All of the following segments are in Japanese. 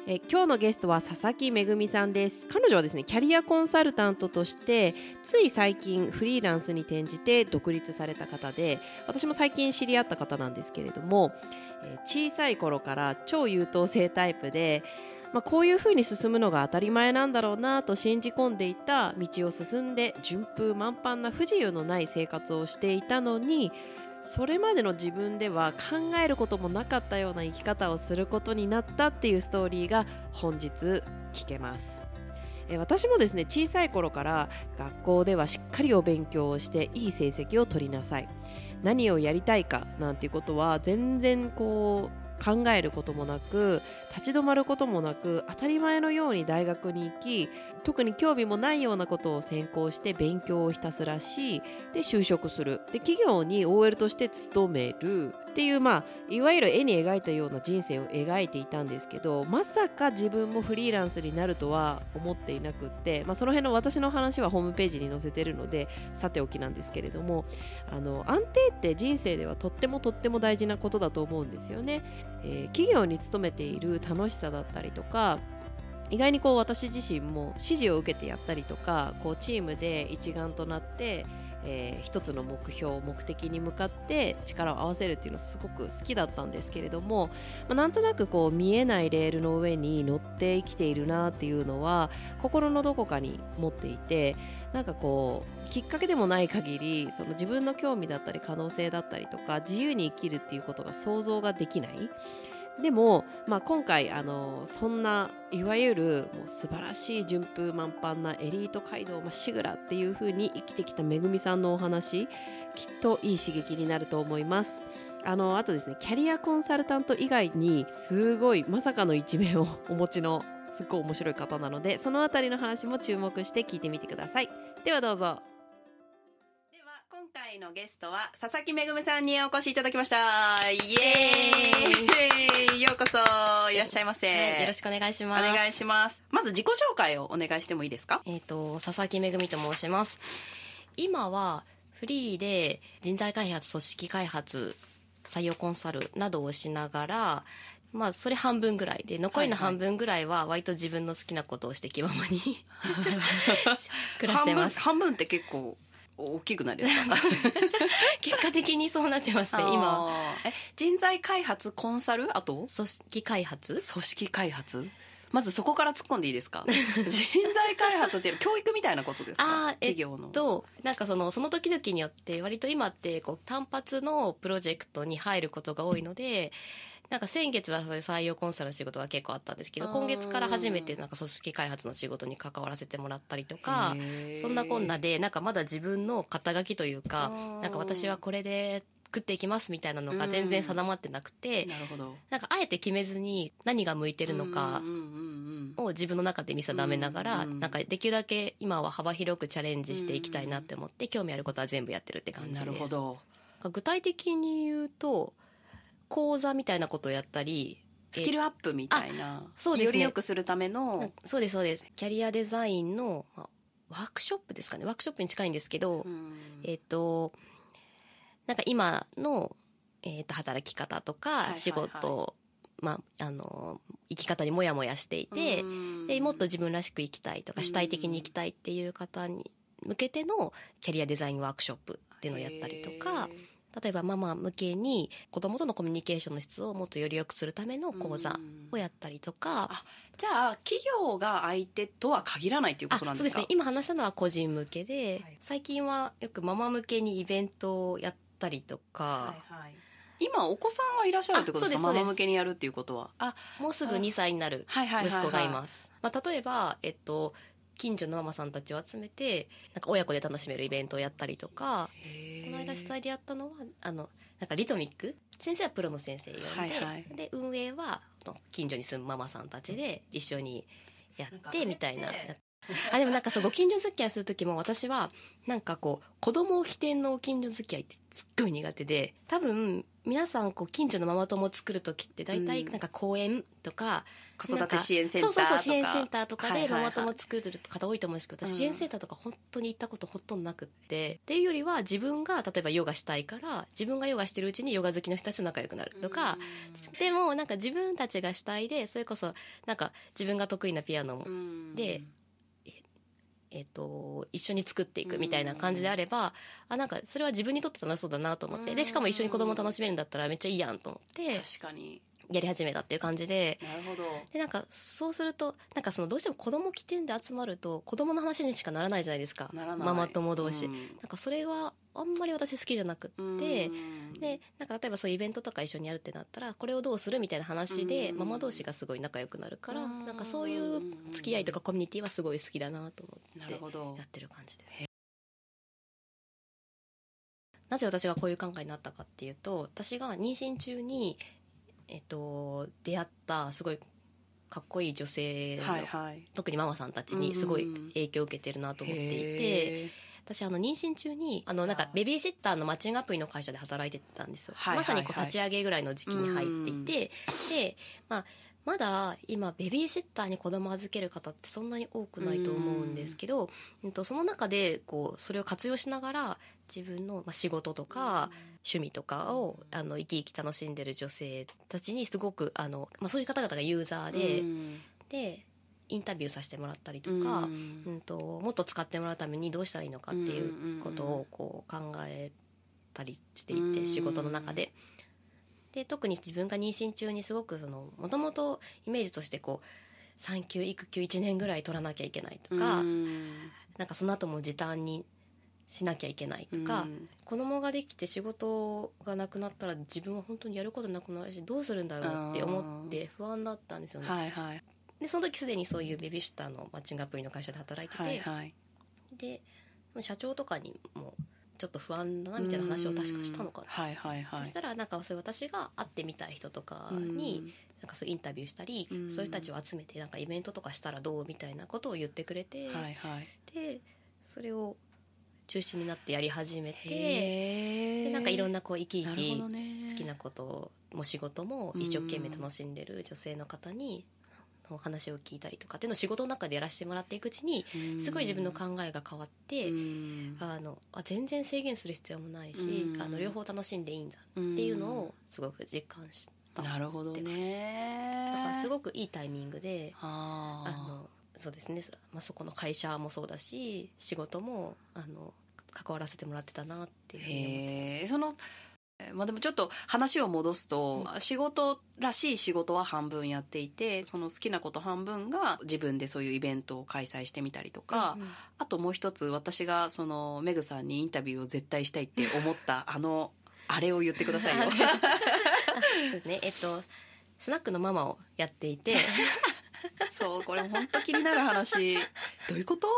今日のゲストは佐々木めぐみさんです。彼女はですね、キャリアコンサルタントとしてつい最近フリーランスに転じて独立された方で、私も最近知り合った方なんですけれども、小さい頃から超優等生タイプで、こういう風に進むのが当たり前なんだろうなと信じ込んでいた道を進んで、順風満帆な不自由のない生活をしていたのに、それまでの自分では考えることもなかったような生き方をすることになったっていうストーリーが本日聞けます。私もですね、小さい頃から学校ではしっかりお勉強をしていい成績を取りなさい、何をやりたいかなんていうことは全然考えることもなく、立ち止まることもなく、当たり前のように大学に行き、特に興味もないようなことを専攻して勉強をひたすらし、で就職する、で企業に OL として勤めるっていう、いわゆる絵に描いたような人生を描いていたんですけど、まさか自分もフリーランスになるとは思っていなくって、その辺の私の話はホームページに載せてるのでさておきなんですけれども、安定って人生ではとっても大事なことだと思うんですよね。企業に勤めている楽しさだったりとか、意外に私自身も指示を受けてやったりとか、チームで一丸となって、一つの目的に向かって力を合わせるっていうのすごく好きだったんですけれども、なんとなく見えないレールの上に乗って生きているなっていうのは心のどこかに持っていて、きっかけでもない限り、その自分の興味だったり可能性だったりとか自由に生きるっていうことが想像ができない。でも、今回そんないわゆるもう素晴らしい順風満帆なエリート街道まっしぐらっていう風に生きてきためぐみさんのお話、きっといい刺激になると思います。あとですね、キャリアコンサルタント以外にすごいまさかの一面をお持ちのすっごい面白い方なので、そのあたりの話も注目して聞いてみてください。ではどうぞ。では今回のゲストは佐々木めぐみさんにお越しいただきました。イエーイ、ようこそいらっしゃいませ、 はい、よろしくお願いします。 お願いします。まず自己紹介をお願いしてもいいですか？ 佐々木めぐみと申します。今はフリーで人材開発、組織開発、採用コンサルなどをしながら、それ半分ぐらいで、残りの半分ぐらいは割と自分の好きなことをして気ままに暮らしてます。 半分って結構大きくないですか？ 結果的にそうなってますね、今は。 人材開発、コンサル、あと組織開発。 まずそこから突っ込んでいいですか？人材開発っていう教育みたいなことですか？企業の。 その時々によって割と今って単発のプロジェクトに入ることが多いので、先月は採用コンサルの仕事が結構あったんですけど、今月から初めて組織開発の仕事に関わらせてもらったりとか、そんなこんなでまだ自分の肩書きというか、私はこれで食っていきますみたいなのが全然定まってなくて、 なるほど。 あえて決めずに何が向いてるのかを自分の中で見定めながら、できるだけ今は幅広くチャレンジしていきたいなって思って、興味あることは全部やってるって感じです。 なるほど。 具体的に言うと講座みたいなことをやったり、 スキルアップみたいな、 そうですね、 より良くするための。 そうですキャリアデザインの、ワークショップですかね。ワークショップに近いんですけど、今の、働き方とか仕事、生き方にモヤモヤしていて、でもっと自分らしく生きたいとか主体的に生きたいっていう方に向けてのキャリアデザインワークショップっていうのをやったりとか、例えばママ向けに子供とのコミュニケーションの質をもっとより良くするための講座をやったりとか。 じゃあ企業が相手とは限らないということなんですか？ そうですね、今話したのは個人向けで、最近はよくママ向けにイベントをやったりとか、 今お子さんはいらっしゃるってことですか？ママ向けにやるっていうことは。 もうすぐ2歳になる息子がいます。例えば近所のママさんたちを集めて親子で楽しめるイベントをやったりとか、この間主催でやったのはリトミック、先生はプロの先生呼んで、で運営は近所に住むママさんたちで一緒にやってみたいな。 でもなんかそう、ご近所付き合いする時も私はなんかこう子供起点のご近所付き合いってすっごい苦手で、多分皆さんこう近所のママ友を作る時って大体なんか公園とか、 子育て支援センターとか、 そう支援センターとかでママ友作る方多いと思うんですけど、私支援センターとか本当に行ったことほとんどなくって、っていうよりは自分が例えばヨガしたいから自分がヨガしてるうちにヨガ好きの人たちと仲良くなるとか、でもなんか自分たちが主体で、それこそなんか自分が得意なピアノで、一緒に作っていくみたいな感じであれば、なんかそれは自分にとって楽しそうだなと思って、でしかも一緒に子供楽しめるんだったらめっちゃいいやんと思って確かにやり始めたっていう感じで。 なるほど。 でなんかそうするとなんかそのどうしても子供起点で集まると子供の話にしかならないじゃないですか、ママ友同士、なんかそれはあんまり私好きじゃなくって、でなんか例えばそういうイベントとか一緒にやるってなったらこれをどうするみたいな話でママ同士がすごい仲良くなるから、なんかそういう付き合いとかコミュニティはすごい好きだなと思ってやってる感じです。なぜ私がこういう考えになったかっていうと、私が妊娠中に出会ったすごいかっこいい女性の、特にママさんたちにすごい影響を受けてるなと思っていて、私妊娠中になんかベビーシッターのマッチングアプリの会社で働いてたんですよ、まさにこう立ち上げぐらいの時期に入っていて、で、まだ今ベビーシッターに子供預ける方ってそんなに多くないと思うんですけど、その中でこうそれを活用しながら自分の仕事とか趣味とかを生き生き楽しんでる女性たちにすごくそういう方々がユーザーでインタビューさせてもらったりとか、もっと使ってもらうためにどうしたらいいのかっていうことをこう考えたりしていて、仕事の中で。で特に自分が妊娠中にすごくもともとイメージとしてこう産休育休1年ぐらい取らなきゃいけないとか、なんかその後も時短にしなきゃいけないとか、子供ができて仕事がなくなったら自分は本当にやることなくなるしどうするんだろうって思って不安だったんですよね。でその時すでにそういうベビーシッターのマッチングアプリの会社で働いてて、で社長とかにもちょっと不安だなみたいな話を確かしたのかな、そしたらなんかそういう私が会ってみたい人とかになんかそうインタビューしたり、そういう人たちを集めてなんかイベントとかしたらどうみたいなことを言ってくれて、でそれを中心になってやり始めて、でなんかいろんなこう生き生き好きなことも仕事も一生懸命楽しんでる女性の方にお話を聞いたりとかっていうのを仕事の中でやらせてもらっていくうちにすごい自分の考えが変わって、全然制限する必要もないし、両方楽しんでいいんだっていうのをすごく実感した。 なるほどね。 だからすごくいいタイミングでそうですね、そこの会社もそうだし仕事も関わらせてもらってたなっていうふうに思って。 でもちょっと話を戻すと、仕事らしい仕事は半分やっていて、その好きなこと半分が自分でそういうイベントを開催してみたりとか、あともう一つ私がそのメグさんにインタビューを絶対したいって思ったあれを言ってくださいよ。 そうですね、スナックのママをやっていてそう、これ本当気になる話。どういうこと？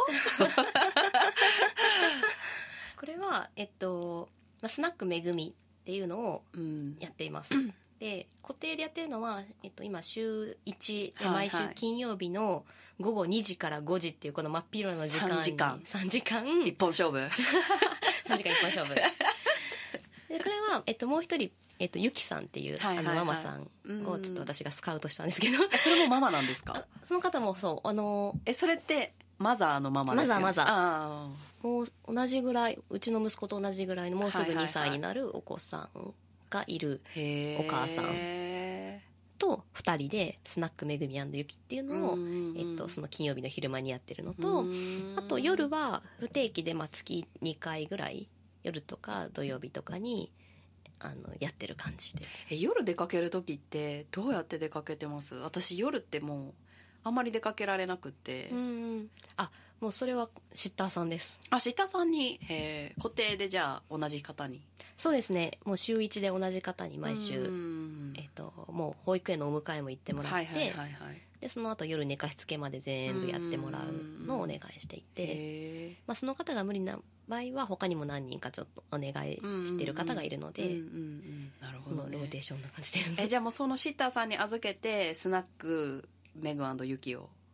これはスナックめぐみっていうのをやっています、で固定でやってるのは、今週1で毎週金曜日の午後2時から5時っていうこの真っ広の時間に3時間一本勝負 3時間一本勝負でこれは、もう一人ゆきさんっていう、ママさんをちょっと私がスカウトしたんですけど、 それもママなんですか？ その方もそうそれってマザーのママですよね。 マザーもう同じぐらい、うちの息子と同じぐらいのもうすぐ2歳になるお子さんがいるお母さんと2人でスナックめぐみゆきっていうのを、その金曜日の昼間にやってるのと、あと夜は不定期で月2回ぐらい夜とか土曜日とかにやってる感じです。 夜出かける時ってどうやって出かけてます？私夜ってもうあんまり出かけられなくって。 もうそれはシッターさんです。 シッターさんに固定でじゃあ同じ方に？ そうですね、もう週1で同じ方に毎週もう保育園のお迎えも行ってもらって、でその後夜寝かしつけまで全部やってもらうのをお願いしていて、その方が無理な場合は他にも何人かちょっとお願いしてる方がいるので、そのローテーションな感じです。 じゃあもうそのシッターさんに預けてスナックめぐゆきを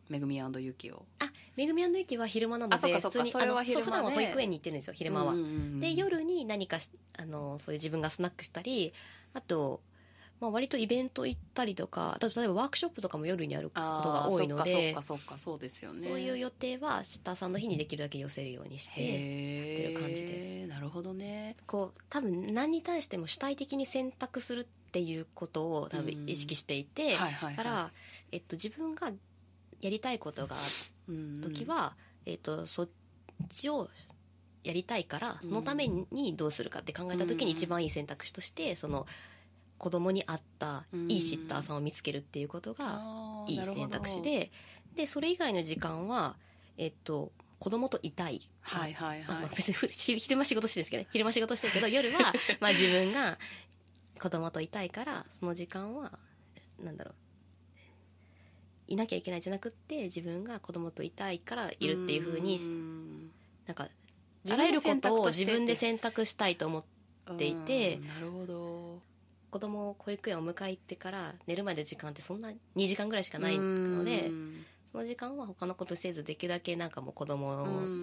めぐみゆきを。 めぐみゆきは昼間なので、 そっかそっか、それは昼間で、 普段は保育園に行ってるんですよ、昼間は。で、夜に何かそういう自分がスナックしたり、あと、割とイベント行ったりとか、例えばワークショップとかも夜にあることが多いので、 そうですよね。 そういう予定はシッターさんの日にできるだけ寄せるようにしてやってる感じです。 なるほどね。 多分何に対しても主体的に選択するっていうことを多分意識していて、だから、自分がやりたいことがある時は、そっちをやりたいから、そのためにどうするかって考えた時に一番いい選択肢として、その子供に合ったいいシッターさんを見つけるっていうことがいい選択肢で、それ以外の時間は子供といたい、別に昼間仕事してるんですけどね、昼間仕事してるけど夜は自分が子供といたいから、その時間はいなきゃいけないじゃなくって、自分が子供といたいからいるっていう風に、あらゆることを自分で選択したいと思っていて、 なるほど。 子供を保育園を迎え行ってから寝るまで時間ってそんな2時間ぐらいしかないので、その時間は他のことせず、できるだけもう子供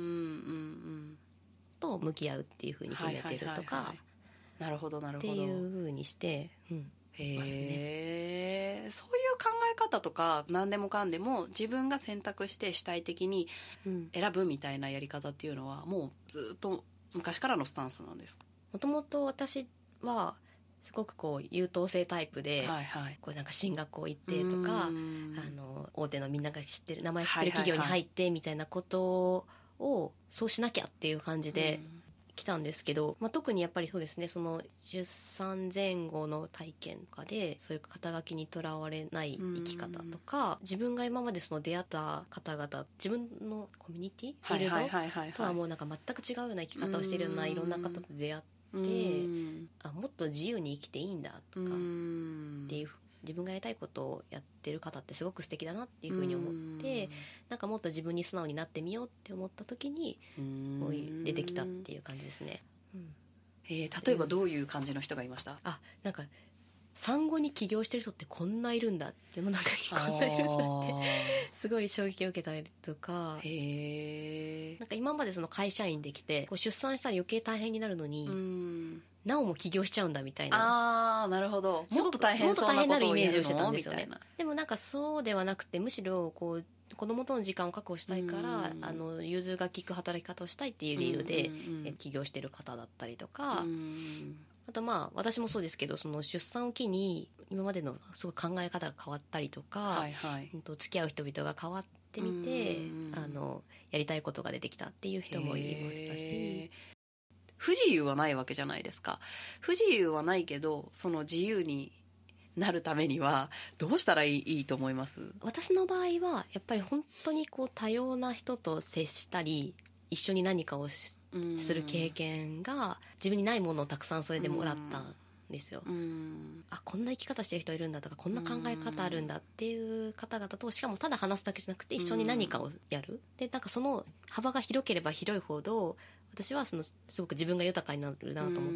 と向き合うっていう風に決めてるとか、 なるほどなるほどっていう風にしてますね。そういう考え方とか、何でもかんでも自分が選択して主体的に選ぶみたいなやり方っていうのは、もうずっと昔からのスタンスなんですか？ もともと私はすごく優等生タイプで、進学校行ってとか、大手のみんなが名前知ってる企業に入ってみたいなことをそうしなきゃっていう感じで来たんですけど、特にやっぱりそうですね、その出産前後の体験とかで、そういう肩書きにとらわれない生き方とか、自分が今までその出会った方々、自分のコミュニティフィールドとはもう全く違うような生き方をしているようないろんな方と出会って、もっと自由に生きていいんだとかっていう、自分がやりたいことをやってる方ってすごく素敵だなっていうふうに思って、もっと自分に素直になってみようって思った時にこういう出てきたっていう感じですね。 例えばどういう感じの人がいました？ 産後に起業してる人ってこんないるんだ、世の中にこんないるんだってすごい衝撃を受けたりとか、今までその会社員できて出産したら余計大変になるのに、なおも起業しちゃうんだみたいな。 なるほもっと大変そうなことをやるのみたいな。 でもそうではなくて、むしろ子供との時間を確保したいから、融通が利く働き方をしたいっていう理由で起業してる方だったりとか、あと私もそうですけど、その出産を機に今までのすごい考え方が変わったりとか、付き合う人々が変わってみて、やりたいことが出てきたっていう人もいましたし、 不自由はないわけじゃないですか。不自由はないけど、その自由になるためにはどうしたらいいと思います？ 私の場合はやっぱり本当に多様な人と接したり、一緒に何かをする経験が自分にないものをたくさんそれでもらったんですよ。こんな生き方してる人いるんだとか、こんな考え方あるんだっていう方々と、しかもただ話すだけじゃなくて一緒に何かをやる。でその幅が広ければ広いほど、私はすごく自分が豊かになるなと思って、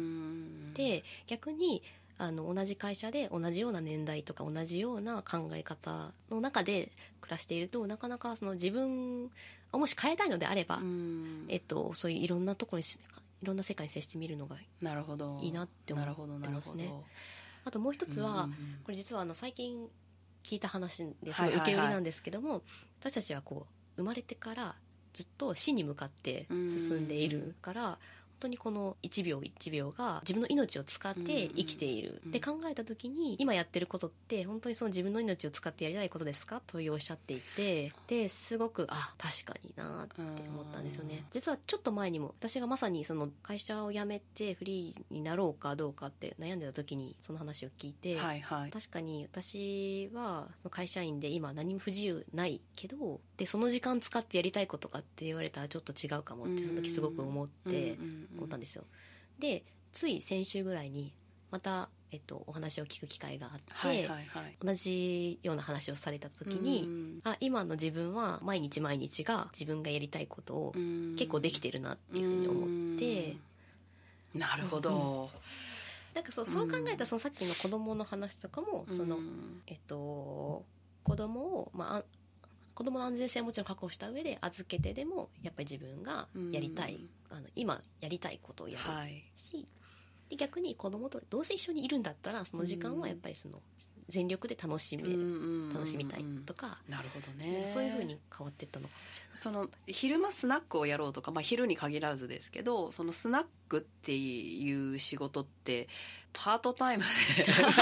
逆に同じ会社で同じような年代とか同じような考え方の中で暮らしていると、なかなか自分をもし変えたいのであれば、そういういろんなところに、いろんな世界に接してみるのがいいなって思ってますね。あともう一つは、これ実は最近聞いた話ですごい受け売りなんですけども、私たちは生まれてからずっと死に向かって進んでいるから、本当にこの1秒1秒が自分の命を使って生きているって考えた時に、今やってることって本当にその自分の命を使ってやりたいことですかとおっしゃっていて、ですごく確かになって思ったんですよね。実はちょっと前にも私がまさにその会社を辞めてフリーになろうかどうかって悩んでた時にその話を聞いて、確かに私はその会社員で今何も不自由ないけど、でその時間使ってやりたいことかって言われたらちょっと違うかもってその時すごく思ったんですよ。でつい先週ぐらいにまた、お話を聞く機会があって、同じような話をされた時に、今の自分は毎日毎日が自分がやりたいことを結構できてるなっていうふうに思って、 なるほど。 そう考えたら、そのさっきの子供の話とかも、その子供を子供の安全性はもちろん確保した上で預けてでもやっぱり自分がやりたい、今やりたいことをやるし、はい、で逆に子供とどうせ一緒にいるんだったらその時間はやっぱりその全力で楽しみたいとか、 なるほどね、 そういう風に変わっていったのかもしれない。 その昼間スナックをやろうとか、昼に限らずですけど、そのスナックっていう仕事ってパートタイムで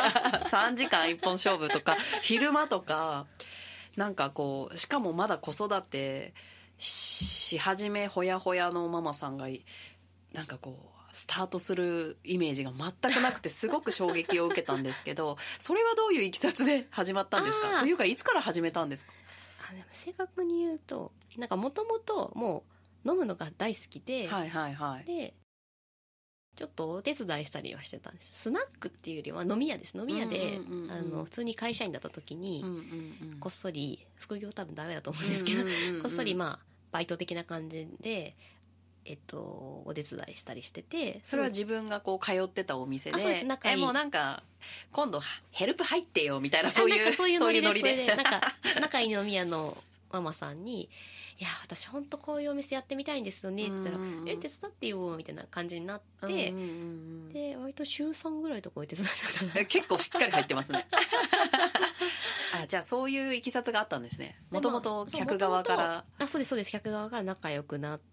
3時間一本勝負とか昼間とか、なんかこうしかもまだ子育てし始めほやほやのママさんがなんかこうスタートするイメージが全くなくてすごく衝撃を受けたんですけどそれはどういういきさつで始まったんですか？というかいつから始めたんですか？ でも正確に言うとなんかもともともう飲むのが大好きで、 はいはいはい、 でちょっとお手伝いしたりはしてたんです。スナックっていうよりは飲み屋です。飲み屋で、普通に会社員だった時に、こっそり副業多分ダメだと思うんですけど、こっそりバイト的な感じでお手伝いしたりしてて、 それは自分がこう通ってたお店で、 そうです、仲いい、 もうなんか今度ヘルプ入ってよみたいなそういうノリでなんか仲いい飲み屋のママさんにいや私本当こういうお店やってみたいんですよねって言ったら手伝ってよみたいな感じになって、で割と週3ぐらいとか手伝ったから結構しっかり入ってますねじゃあそういういきさつがあったんですね。もともと客側からそうです客側から仲良くなって、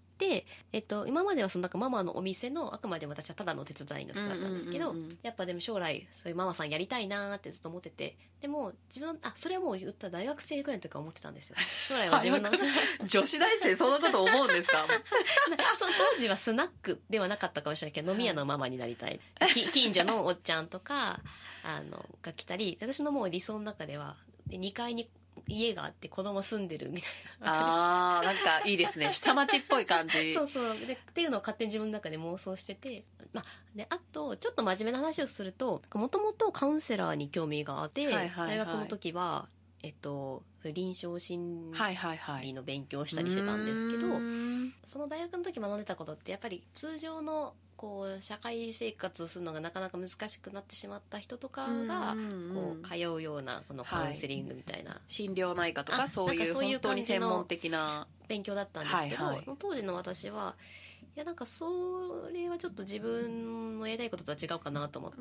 今まではそのなんかママのお店のあくまで私はただの手伝いの人だったんですけど、やっぱでも将来そういうママさんやりたいなってずっと思ってて、でも自分それはもう言った大学生ぐらいの時から思ってたんですよ。将来は自分の女子大生そんなこと思うんですか？ その当時はスナックではなかったかもしれないけど飲み屋のママになりたい近所のおっちゃんとかが来たり、私のもう理想の中では2階に家があって子供住んでるみたいななんかいいですね下町っぽい感じそうでっていうのを勝手に自分の中で妄想してて、であとちょっと真面目な話をするともともとカウンセラーに興味があって、大学の時は臨床心理の勉強をしたりしてたんですけど、その大学の時学んでたことってやっぱり通常のこう社会生活をするのがなかなか難しくなってしまった人とかがこう通うようなこのカウンセリングみたいな、 心療内科とかそういう本当に専門的な勉強だったんですけど、その当時の私はいやなんかそれはちょっと自分のやりたいこととは違うかなと思って、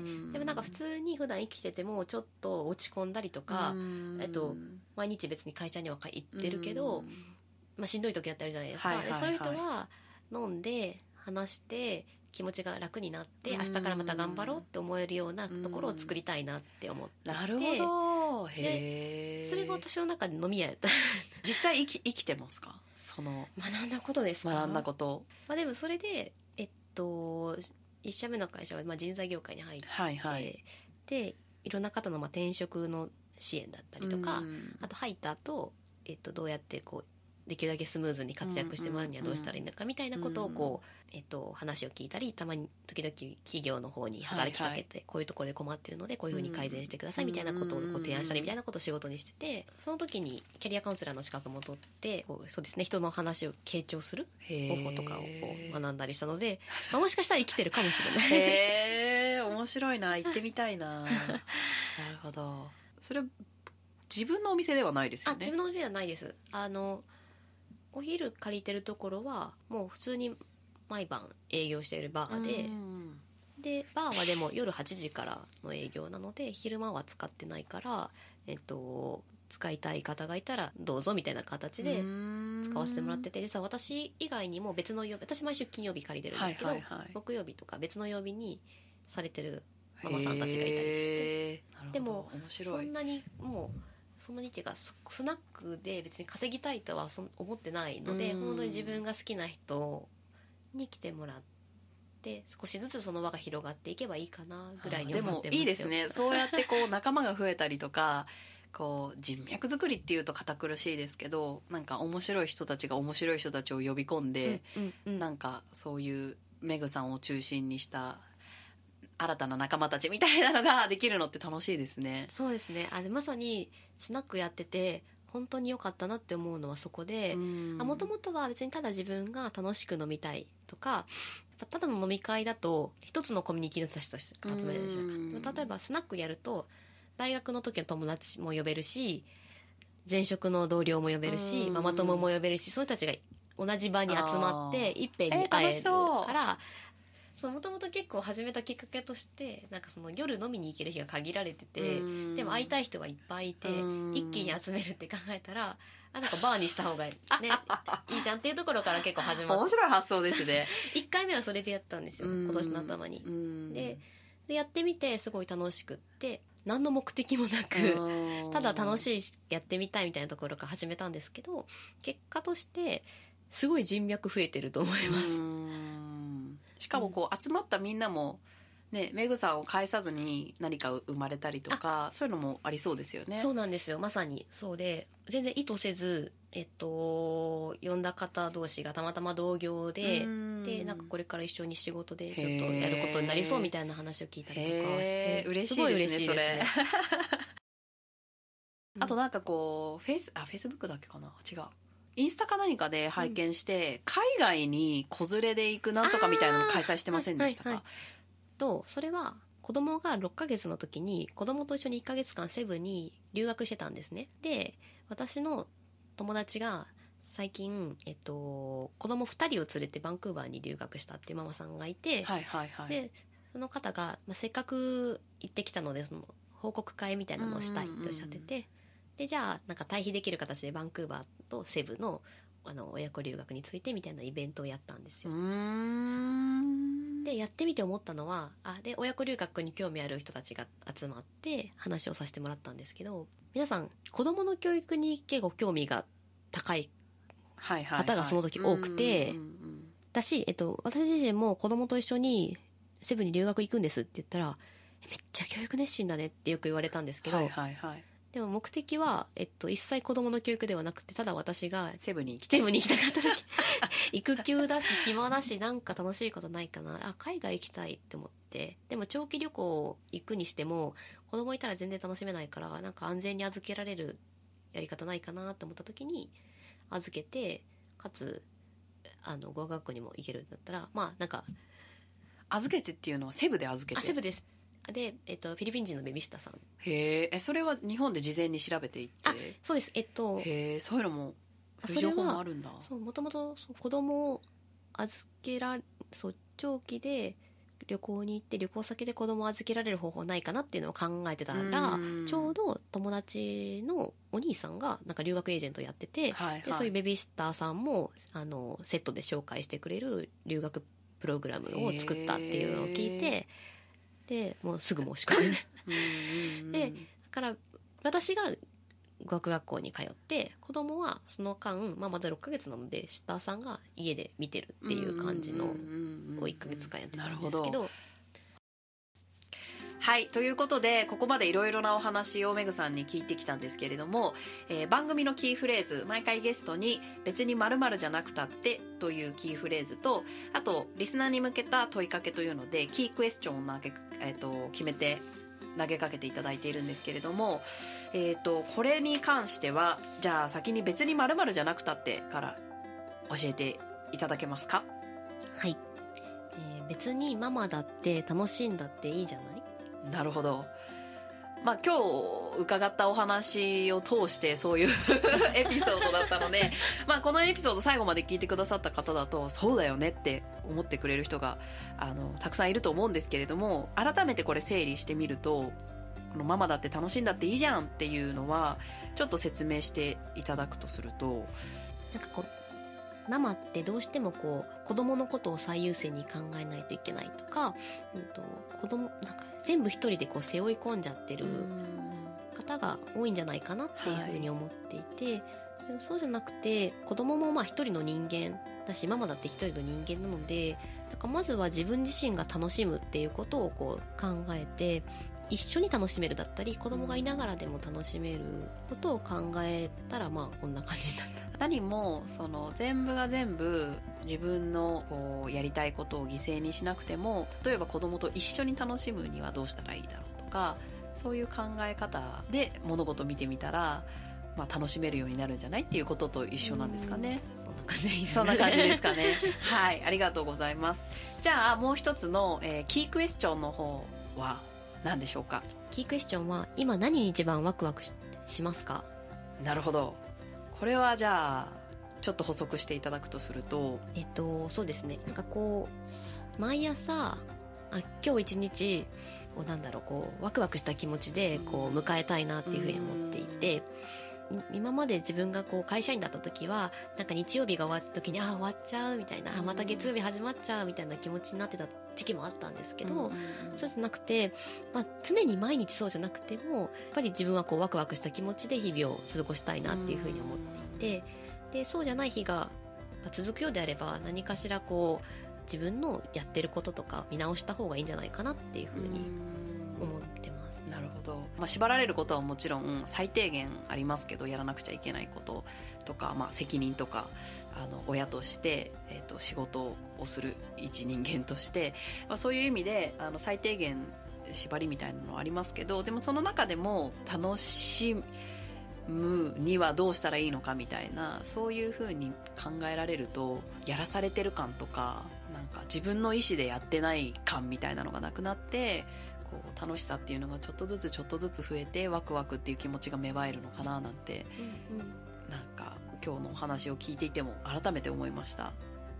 でもなんか普通に普段生きててもちょっと落ち込んだりとか、毎日別に会社には行ってるけど、しんどい時やってるじゃないですか、でそういう人が飲んで話して気持ちが楽になって明日からまた頑張ろうって思えるようなところを作りたいなって思ってて、 なるほど、へそれが私の中で飲み屋やった実際生きてますか？その学んだことですか？ 学んだこと、 でもそれで1社目の会社は人材業界に入って、でいろんな方の転職の支援だったりとか、あと入った後、どうやってこうできるだけスムーズに活躍してもらうにはどうしたらいいのかみたいなことをこう、話を聞いたり、たまに時々企業の方に働きかけて、こういうところで困ってるのでこういうふうに改善してくださいみたいなことをこう提案したりみたいなことを仕事にしてて、その時にキャリアカウンセラーの資格も取ってそうですね、人の話を傾聴する方法とかをこう学んだりしたので、もしかしたら生きてるかもしれない。 へえ、面白いな、行ってみたいななるほど。それ自分のお店ではないですよね？ 自分のお店ではないです。お昼借りてるところはもう普通に毎晩営業しているバーで、バーはでも夜8時からの営業なので昼間は使ってないから、使いたい方がいたらどうぞみたいな形で使わせてもらってて、実は私以外にも別の曜日、私毎週金曜日借りてるんですけど、木曜日とか別の曜日にされてるママさんたちがいたりして、でもそんなにっていうかスナックで別に稼ぎたいとは思ってないので、本当に自分が好きな人に来てもらって少しずつその輪が広がっていけばいいかなぐらいに思ってますよ。 でもいいですね、そうやってこう仲間が増えたりとかこう人脈作りっていうと堅苦しいですけど、なんか面白い人たちが面白い人たちを呼び込んで、なんかそういうメグさんを中心にした新たな仲間たちみたいなのができるのって楽しいですね。 そうですね。まさにスナックやってて本当に良かったなって思うのはそこで、もともとは別にただ自分が楽しく飲みたいとか、ただの飲み会だと一つのコミュニティの人たちとして集めるじゃないですか。例えばスナックやると大学の時の友達も呼べるし、 前職の同僚も呼べるし、ママ友も呼べるし、その人たちが同じ場に集まっていっぺんに会えるから、もともと結構始めたきっかけとして、なんかその夜飲みに行ける日が限られてて、でも会いたい人はいっぱいいて、一気に集めるって考えたら、なんかバーにした方がねいいじゃんっていうところから結構始まって、 面白い発想ですね。 1回目はそれでやったんですよ、今年の頭に。でやってみてすごい楽しくって、何の目的もなくただ楽しいやってみたいみたいなところから始めたんですけど、結果としてすごい人脈増えてると思います。 しかもこう集まったみんなもね、メグさんを介さずに何か生まれたりとか、そういうのもありそうですよね。 そうなんですよ、まさにそうで、全然意図せず、呼んだ方同士がたまたま同業で、なんかこれから一緒に仕事でちょっとやることになりそうみたいな話を聞いたりとかして、 嬉しいですね。 すごい嬉しいですね。 あとなんかこうフェイスブックだっけかな、違う、インスタか何かで拝見して、海外に子連れで行くなんとかみたいなの開催してませんでしたか？ とそれは子供が6ヶ月の時に子供と一緒に1ヶ月間セブに留学してたんですね。で私の友達が最近、子供2人を連れてバンクーバーに留学したっていうママさんがいて、でその方が、せっかく行ってきたのでその報告会みたいなのをしたいっておっしゃってて、でじゃあなんか対比できる形でバンクーバーとセブの親子留学についてみたいなイベントをやったんですよ。でやってみて思ったのは、で親子留学に興味ある人たちが集まって話をさせてもらったんですけど、皆さん子どもの教育に結構興味が高い方がその時多くて、だし、私自身も子どもと一緒にセブンに留学行くんですって言ったら、めっちゃ教育熱心だねってよく言われたんですけど、でも目的は、一切子どもの教育ではなくて、ただ私がセブンに行きたかっただけ育休だし暇だしなんか楽しいことないかな、海外行きたいって思って、でも長期旅行行くにしても子供いたら全然楽しめないから、なんか安全に預けられるやり方ないかなって思った時に、預けてかつ語学校にも行けるんだったら、なんか預けてっていうのはセブで預けて？ セブです。で、フィリピン人のベビーシッターさん。 へえ、それは日本で事前に調べていって？ そうです。 へえ、そういうのも、そういう情報もあるんだ。 もともと子供を預けられ、長期で旅行に行って旅行先で子供を預けられる方法ないかなっていうのを考えてたら、ちょうど友達のお兄さんがなんか留学エージェントやってて、でそういうベビーシッターさんもセットで紹介してくれる留学プログラムを作ったっていうのを聞いて、でもうすぐ申し込んででだから私が語学学校に通って、子供はその間、まだ6ヶ月なのでシッターさんが家で見てるっていう感じのを1ヶ月間やってたんですけど。 はい、ということでここまでいろいろなお話をメグさんに聞いてきたんですけれども、番組のキーフレーズ、毎回ゲストに別に〇〇じゃなくたってというキーフレーズと、あとリスナーに向けた問いかけというのでキークエスチョンを決めて投げかけていただいているんですけれども、これに関してはじゃあ先に別に〇〇じゃなくたってから教えていただけますか？ はい、別にママだって楽しんだっていいじゃない？ なるほど。今日伺ったお話を通してそういうエピソードだったのでこのエピソード最後まで聞いてくださった方だとそうだよねって思ってくれる人がたくさんいると思うんですけれども、改めてこれ整理してみると、このママだって楽しんだっていいじゃんっていうのはちょっと説明していただくとすると、 なんかママってどうしても子供のことを最優先に考えないといけないとか、子供なんか全部一人で背負い込んじゃってる方が多いんじゃないかなっていうふうに思っていて、でもそうじゃなくて、子供も一人の人間だし、ママだって一人の人間なので、なんかまずは自分自身が楽しむっていうことを考えて、一緒に楽しめるだったり、子供がいながらでも楽しめることを考えたらこんな感じになった。 何も全部が全部自分のやりたいことを犠牲にしなくても、例えば子供と一緒に楽しむにはどうしたらいいだろうとか、そういう考え方で物事を見てみたら、楽しめるようになるんじゃないっていうことと一緒なんですかね。 そんな感じですね。 そんな感じですかね。はい、ありがとうございます。じゃあもう一つの、キークエスチョンの方は何でしょうか？ キークエスチョンは、今何に一番ワクワクしますか？ なるほど。これはじゃあちょっと補足していただくとすると、 そうですね、なんかこう毎朝今日一日こうなんだろう、こうワクワクした気持ちでこう迎えたいなっていうふうに思っていて、今まで自分がこう会社員だった時はなんか日曜日が終わった時に終わっちゃうみたいな、また月曜日始まっちゃうみたいな気持ちになってた時期もあったんですけど、そうじゃなくて、常に毎日そうじゃなくてもやっぱり自分はこうワクワクした気持ちで日々を過ごしたいなっていうふうに思っていて、でそうじゃない日が続くようであれば何かしらこう自分のやってることとか見直した方がいいんじゃないかなっていうふうに思ってます。 なるほど。縛られることはもちろん最低限ありますけど、やらなくちゃいけないこととか、責任とか親として、仕事をする一人間として、そういう意味で最低限縛りみたいなのはありますけど、でもその中でも楽しむにはどうしたらいいのかみたいな、そういう風に考えられるとやらされてる感とか、なんか自分の意思でやってない感みたいなのがなくなって、こう楽しさっていうのがちょっとずつちょっとずつ増えて、ワクワクっていう気持ちが芽生えるのかななんて、なんか今日のお話を聞いていても改めて思いました。はい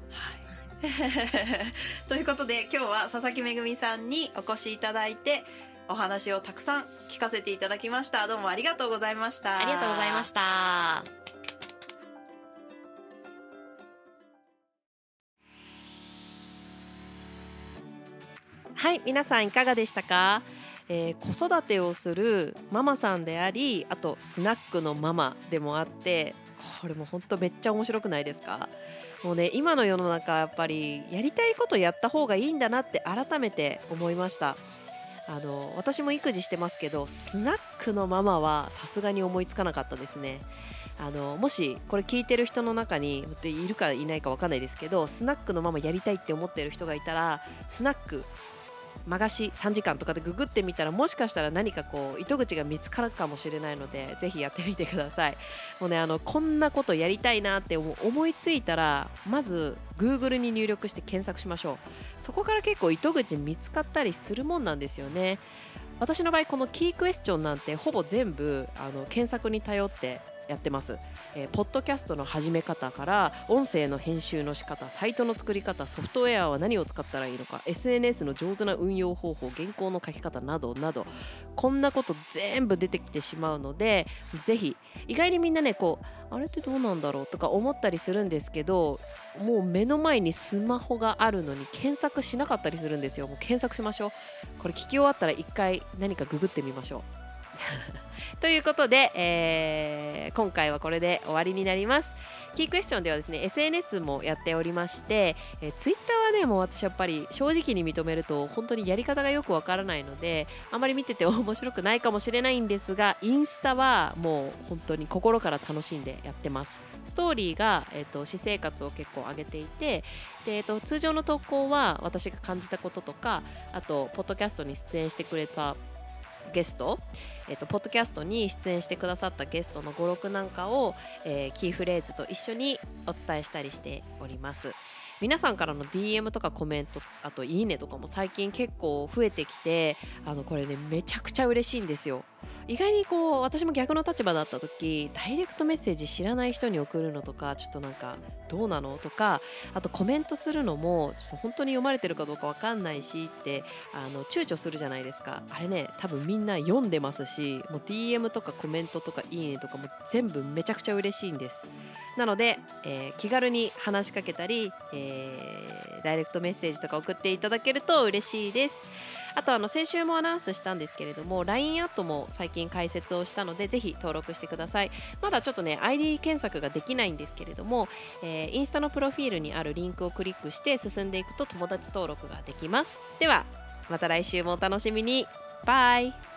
ということで今日は佐々木めぐみさんにお越しいただいてお話をたくさん聞かせていただきました。どうもありがとうございました。 ありがとうございました。 はい、皆さんいかがでしたか？子育てをするママさんであり、あとスナックのママでもあって、これも本当めっちゃ面白くないですか？もうね、今の世の中やっぱりやりたいことやった方がいいんだなって改めて思いました。私も育児してますけど、スナックのママはさすがに思いつかなかったですね。もしこれ聞いてる人の中にいるかいないか分かんないですけど、スナックのママやりたいって思ってる人がいたら、スナックマガシ3時間とかでググってみたら、もしかしたら何かこう糸口が見つかるかもしれないので、ぜひやってみてください。もうね、こんなことやりたいなって思いついたら、まず Google に入力して検索しましょう。そこから結構糸口見つかったりするもんなんですよね。私の場合このキークエスチョンなんてほぼ全部検索に頼ってやってます。ポッドキャストの始め方から音声の編集の仕方、サイトの作り方、ソフトウェアは何を使ったらいいのか、 SNS の上手な運用方法、原稿の書き方などなど、こんなこと全部出てきてしまうので、ぜひ、意外にみんなね、こうあれってどうなんだろうとか思ったりするんですけど、もう目の前にスマホがあるのに検索しなかったりするんですよ。もう検索しましょう。これ聞き終わったら一回何かググってみましょうということで、今回はこれで終わりになります。キークエスチョンではですね、 SNS もやっておりまして、Twitter はね、もう私やっぱり正直に認めると本当にやり方がよくわからないので、あまり見てて面白くないかもしれないんですが、インスタはもう本当に心から楽しんでやってます。ストーリーが、私生活を結構上げていて、で、通常の投稿は私が感じたこととか、あとポッドキャストに出演してくれたゲスト、ポッドキャストに出演してくださったゲストの語録なんかを、キーフレーズと一緒にお伝えしたりしております。皆さんからの DM とかコメント、あといいねとかも最近結構増えてきて、これね、めちゃくちゃ嬉しいんですよ。意外にこう私も逆の立場だった時、ダイレクトメッセージ知らない人に送るのとかちょっとなんかどうなのとか、あとコメントするのもちょっと本当に読まれてるかどうか分かんないしって躊躇するじゃないですか。あれね、多分みんな読んでますし、もう DM とかコメントとかいいねとかも全部めちゃくちゃ嬉しいんです。なので、気軽に話しかけたり、ダイレクトメッセージとか送っていただけると嬉しいです。あと先週もアナウンスしたんですけれども、 LINE アットも最近開設をしたので、ぜひ登録してください。まだちょっとね ID 検索ができないんですけれども、インスタのプロフィールにあるリンクをクリックして進んでいくと友達登録ができます。ではまた来週もお楽しみに。バイ。